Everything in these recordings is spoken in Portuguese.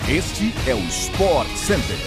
Este é o Sport Center.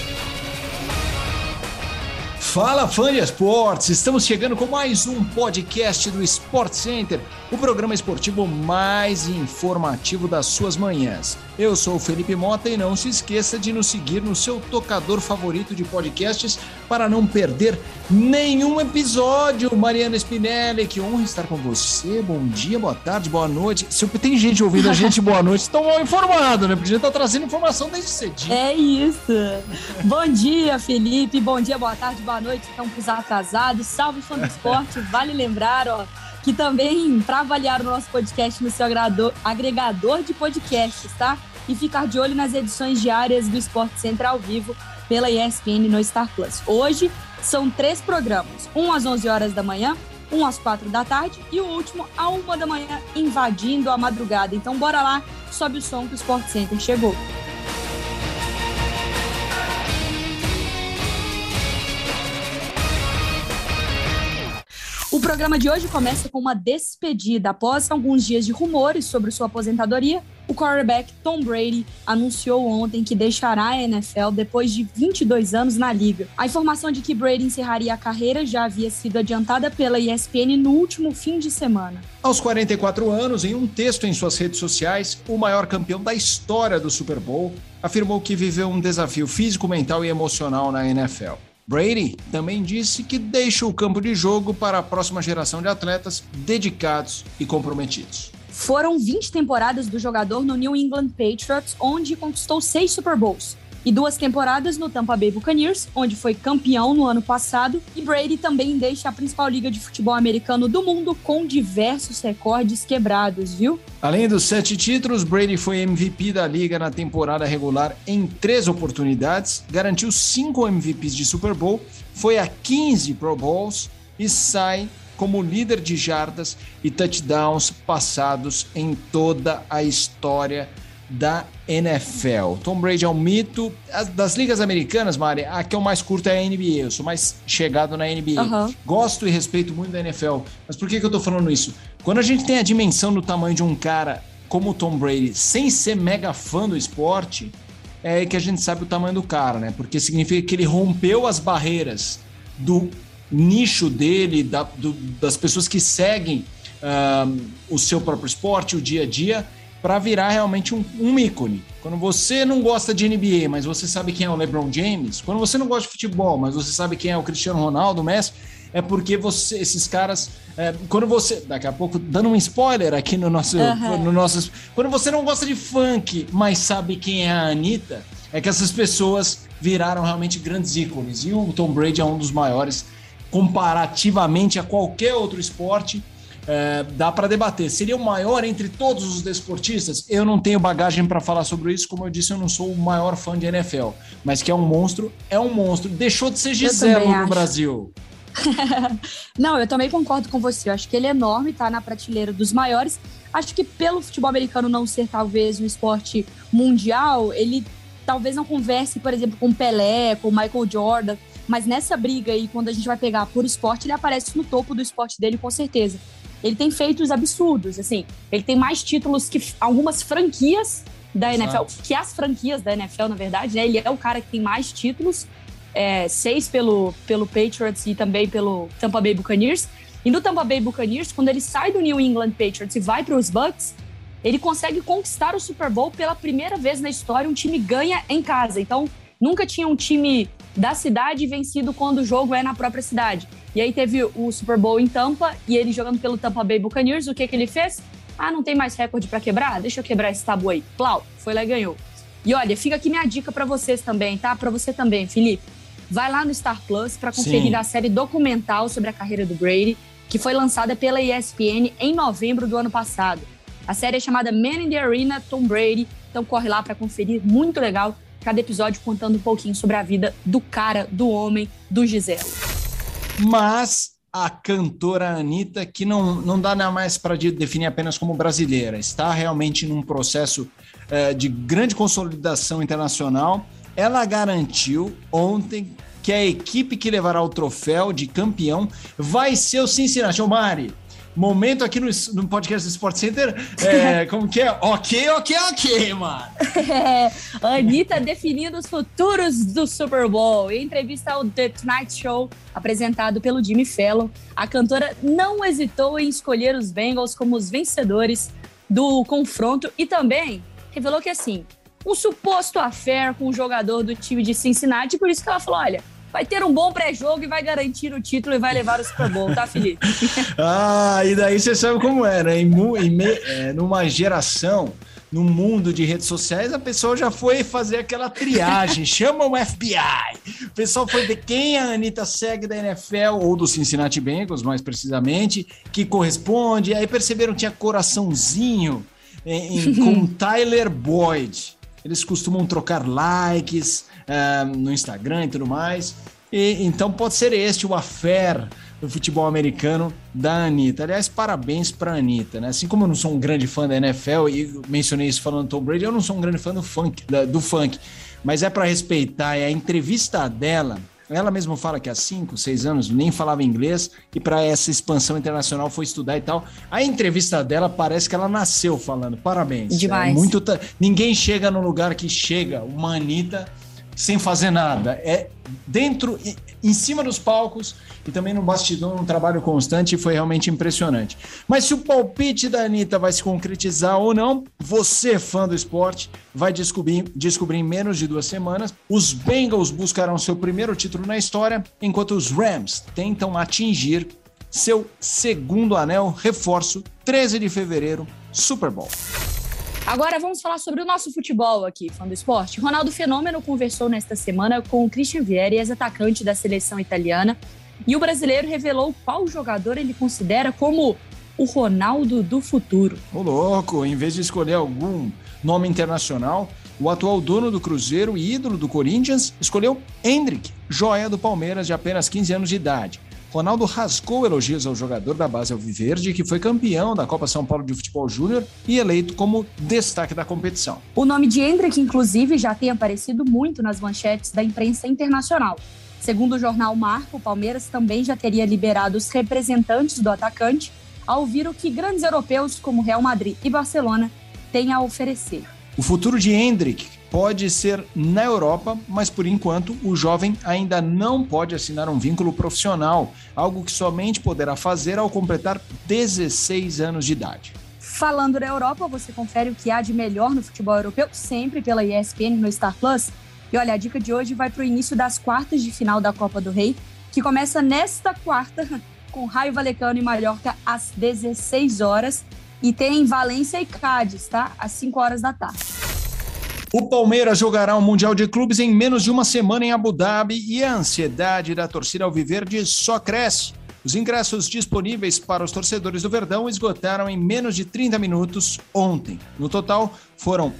Fala, fã de esportes! Estamos chegando com mais um podcast do Sport Center, o programa esportivo mais informativo das suas manhãs. Eu sou o Felipe Mota e não se esqueça de nos seguir no seu tocador favorito de podcasts para não perder nenhum episódio. Mariana Spinelli, que honra estar com você. Bom dia, boa tarde, boa noite. Se tem gente ouvindo a gente, boa noite, estão mal informados, né? Porque a gente está trazendo informação desde cedinho. É isso. Bom dia, Felipe. Bom dia, boa tarde, boa noite. Então, para os atrasados, salve fã do esporte. Vale lembrar, que também para avaliar o nosso podcast no seu agregador de podcasts, tá? E ficar de olho nas edições diárias do Sport Center ao vivo pela ESPN no Star Plus. Hoje são 3 programas, um às 11 horas da manhã, um às 4 da tarde e o último à 1 da manhã, invadindo a madrugada. Então bora lá, sobe o som que o Sport Center chegou. O programa de hoje começa com uma despedida. Após alguns dias de rumores sobre sua aposentadoria, o quarterback Tom Brady anunciou ontem que deixará a NFL depois de 22 anos na liga. A informação de que Brady encerraria a carreira já havia sido adiantada pela ESPN no último fim de semana. Aos 44 anos, em um texto em suas redes sociais, o maior campeão da história do Super Bowl afirmou que viveu um desafio físico, mental e emocional na NFL. Brady também disse que deixa o campo de jogo para a próxima geração de atletas dedicados e comprometidos. Foram 20 temporadas do jogador no New England Patriots, onde conquistou 6 Super Bowls, e 2 temporadas no Tampa Bay Buccaneers, onde foi campeão no ano passado, e Brady também deixa a principal liga de futebol americano do mundo com diversos recordes quebrados, viu? Além dos 7 títulos, Brady foi MVP da liga na temporada regular em 3 oportunidades, garantiu 5 MVPs de Super Bowl, foi a 15 Pro Bowls e sai como líder de jardas e touchdowns passados em toda a história da NFL. Tom Brady é um mito. Das ligas americanas, Mari, a que eu mais curto é a NBA. Eu sou mais chegado na NBA. Uhum. Gosto e respeito muito da NFL. Mas por que eu tô falando isso? Quando a gente tem a dimensão do tamanho de um cara como o Tom Brady, sem ser mega fã do esporte, é que a gente sabe o tamanho do cara, né? Porque significa que ele rompeu as barreiras do nicho dele, das pessoas que seguem o seu próprio esporte, o dia a dia, para virar realmente um ícone. Quando você não gosta de NBA, mas você sabe quem é o LeBron James, quando você não gosta de futebol, mas você sabe quem é o Cristiano Ronaldo, o Messi, é porque esses caras, quando você, daqui a pouco, dando um spoiler aqui no nosso, quando você não gosta de funk, mas sabe quem é a Anitta, é que essas pessoas viraram realmente grandes ícones, e o Tom Brady é um dos maiores, comparativamente a qualquer outro esporte. Dá para debater. Seria o maior entre todos os desportistas? Eu não tenho bagagem para falar sobre isso. Como eu disse, eu não sou o maior fã de NFL. Mas que é um monstro, é um monstro. Deixou de ser Giselo no Brasil. Não, eu também concordo com você. Eu acho que ele é enorme, tá na prateleira dos maiores. Acho que pelo futebol americano não ser talvez um esporte mundial, ele talvez não converse, por exemplo, com Pelé, com Michael Jordan. Mas nessa briga aí, quando a gente vai pegar por esporte, ele aparece no topo do esporte dele, com certeza. Ele tem feitos absurdos, assim. Ele tem mais títulos que algumas franquias da NFL, que as franquias da NFL, na verdade, né? Ele é o cara que tem mais títulos, 6 pelo Patriots e também pelo Tampa Bay Buccaneers. E no Tampa Bay Buccaneers, quando ele sai do New England Patriots e vai para os Bucs, ele consegue conquistar o Super Bowl pela primeira vez na história. Um time ganha em casa. Então, nunca tinha um time da cidade vencido quando o jogo é na própria cidade. E aí teve o Super Bowl em Tampa, e ele jogando pelo Tampa Bay Buccaneers, o que ele fez? Não tem mais recorde pra quebrar? Deixa eu quebrar esse tabu aí. Plau, foi lá e ganhou. E olha, fica aqui minha dica pra vocês também, tá? Pra você também, Felipe. Vai lá no Star Plus pra conferir a série documental sobre a carreira do Brady, que foi lançada pela ESPN em novembro do ano passado. A série é chamada Man in the Arena, Tom Brady. Então corre lá pra conferir, muito legal. Cada episódio contando um pouquinho sobre a vida do cara, do homem, do Giselo. Mas a cantora Anitta, que não dá nada mais para definir apenas como brasileira, está realmente num processo de grande consolidação internacional. Ela garantiu ontem que a equipe que levará o troféu de campeão vai ser o Cincinnati. Ô Mari, momento aqui no podcast do Sport Center, como que é? Ok, mano. A Anitta definindo os futuros do Super Bowl. Em entrevista ao The Tonight Show, apresentado pelo Jimmy Fallon, a cantora não hesitou em escolher os Bengals como os vencedores do confronto e também revelou que, assim, um suposto affair com um jogador do time de Cincinnati, por isso que ela falou, olha, vai ter um bom pré-jogo e vai garantir o título e vai levar o Super Bowl, tá, Felipe? E daí você sabe como é, né? Numa geração, no mundo de redes sociais, a pessoa já foi fazer aquela triagem, chama o FBI. O pessoal foi ver quem a Anitta segue da NFL, ou do Cincinnati Bengals, mais precisamente, que corresponde. Aí perceberam que tinha coraçãozinho com Tyler Boyd. Eles costumam trocar likes no Instagram e tudo mais. Então pode ser este o affair do futebol americano da Anitta. Aliás, parabéns para a Anitta, né? Assim como eu não sou um grande fã da NFL, e mencionei isso falando do Tom Brady, eu não sou um grande fã do funk, mas é para respeitar. A entrevista dela, ela mesma fala que há 5, 6 anos nem falava inglês e para essa expansão internacional foi estudar e tal. A entrevista dela parece que ela nasceu falando. Parabéns. Demais. Ninguém chega no lugar que chega uma Anitta sem fazer nada. É dentro, em cima dos palcos e também no bastidor, um trabalho constante, e foi realmente impressionante. Mas se o palpite da Anitta vai se concretizar ou não, você, fã do esporte, vai descobrir em menos de 2 semanas. Os Bengals buscarão seu primeiro título na história, enquanto os Rams tentam atingir seu segundo anel. Reforço, 13 de fevereiro, Super Bowl. Agora vamos falar sobre o nosso futebol aqui, fã do esporte. Ronaldo Fenômeno conversou nesta semana com o Christian Vieri, ex-atacante da seleção italiana, e o brasileiro revelou qual jogador ele considera como o Ronaldo do futuro. Ô louco, em vez de escolher algum nome internacional, o atual dono do Cruzeiro e ídolo do Corinthians escolheu Endrick, joia do Palmeiras de apenas 15 anos de idade. Ronaldo rasgou elogios ao jogador da base alviverde, que foi campeão da Copa São Paulo de Futebol Júnior e eleito como destaque da competição. O nome de Endrick, inclusive, já tem aparecido muito nas manchetes da imprensa internacional. Segundo o jornal Marca, o Palmeiras também já teria liberado os representantes do atacante ao ouvir o que grandes europeus como Real Madrid e Barcelona têm a oferecer. O futuro de Endrick pode ser na Europa, mas por enquanto o jovem ainda não pode assinar um vínculo profissional, algo que somente poderá fazer ao completar 16 anos de idade. Falando na Europa, você confere o que há de melhor no futebol europeu, sempre pela ESPN no Star Plus. E olha, a dica de hoje vai para o início das quartas de final da Copa do Rei, que começa nesta quarta, com Raio Vallecano e Mallorca às 16 horas. E tem Valência e Cádiz, tá? Às 5 horas da tarde. O Palmeiras jogará o Mundial de Clubes em menos de uma semana em Abu Dhabi e a ansiedade da torcida alviverde só cresce. Os ingressos disponíveis para os torcedores do Verdão esgotaram em menos de 30 minutos ontem. No total, foram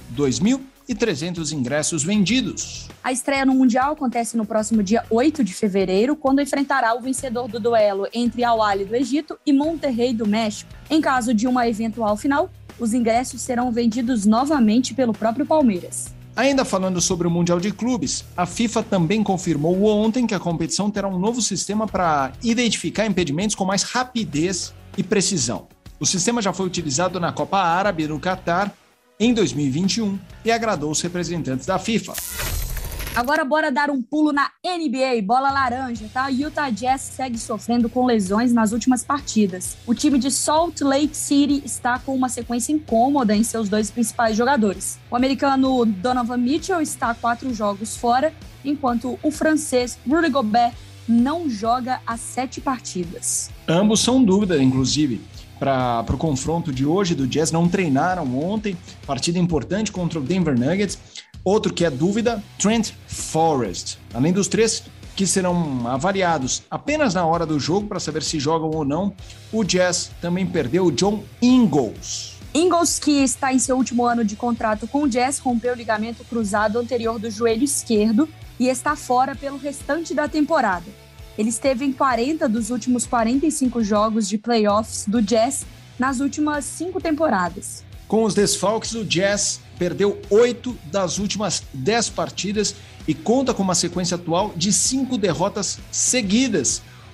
2.300 ingressos vendidos. A estreia no Mundial acontece no próximo dia 8 de fevereiro, quando enfrentará o vencedor do duelo entre Al-Ahly do Egito e Monterrey do México. Em caso de uma eventual final, os ingressos serão vendidos novamente pelo próprio Palmeiras. Ainda falando sobre o Mundial de Clubes, a FIFA também confirmou ontem que a competição terá um novo sistema para identificar impedimentos com mais rapidez e precisão. O sistema já foi utilizado na Copa Árabe no Catar em 2021 e agradou os representantes da FIFA. Agora bora dar um pulo na NBA, bola laranja, tá? O Utah Jazz segue sofrendo com lesões nas últimas partidas. O time de Salt Lake City está com uma sequência incômoda em seus 2 principais jogadores. O americano Donovan Mitchell está 4 jogos fora, enquanto o francês Rudy Gobert não joga há 7 partidas. Ambos são dúvida, inclusive, para o confronto de hoje do Jazz. Não treinaram ontem, partida importante contra o Denver Nuggets. Outro que é dúvida, Trent Forrest. Além dos 3 que serão avaliados apenas na hora do jogo para saber se jogam ou não, o Jazz também perdeu o John Ingles. Ingles, que está em seu último ano de contrato com o Jazz, rompeu o ligamento cruzado anterior do joelho esquerdo e está fora pelo restante da temporada. Ele esteve em 40 dos últimos 45 jogos de playoffs do Jazz nas últimas 5 temporadas. Com os desfalques, o Jazz perdeu 8 das últimas 10 partidas e conta com uma sequência atual de 5 derrotas seguidas.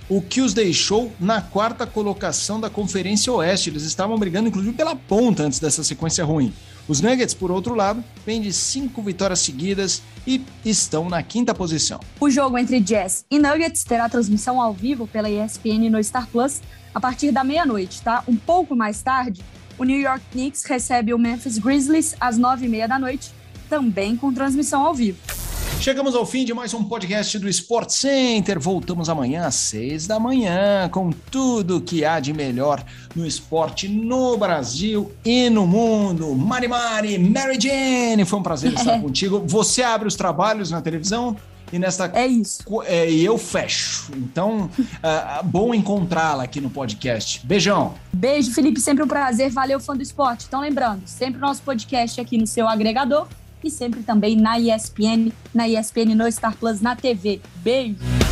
o que os deixou na 4ª colocação da Conferência Oeste. Eles estavam brigando, inclusive, pela ponta antes dessa sequência ruim. Os Nuggets, por outro lado, vêm de 5 vitórias seguidas e estão na 5ª posição. O jogo entre Jazz e Nuggets terá transmissão ao vivo pela ESPN no Star Plus a partir da meia-noite, tá? Um pouco mais tarde, o New York Knicks recebe o Memphis Grizzlies às 9h30 da noite, também com transmissão ao vivo. Chegamos ao fim de mais um podcast do Sport Center. Voltamos amanhã às 6 da manhã com tudo que há de melhor no esporte no Brasil e no mundo. Mari, Mary Jane, foi um prazer estar contigo. Você abre os trabalhos na televisão e nesta... É isso. E eu fecho. Então, bom encontrá-la aqui no podcast. Beijão. Beijo, Felipe. Sempre um prazer. Valeu, fã do esporte. Então, lembrando, sempre o nosso podcast aqui no seu agregador e sempre também na ESPN no Star Plus, na TV. Beijo!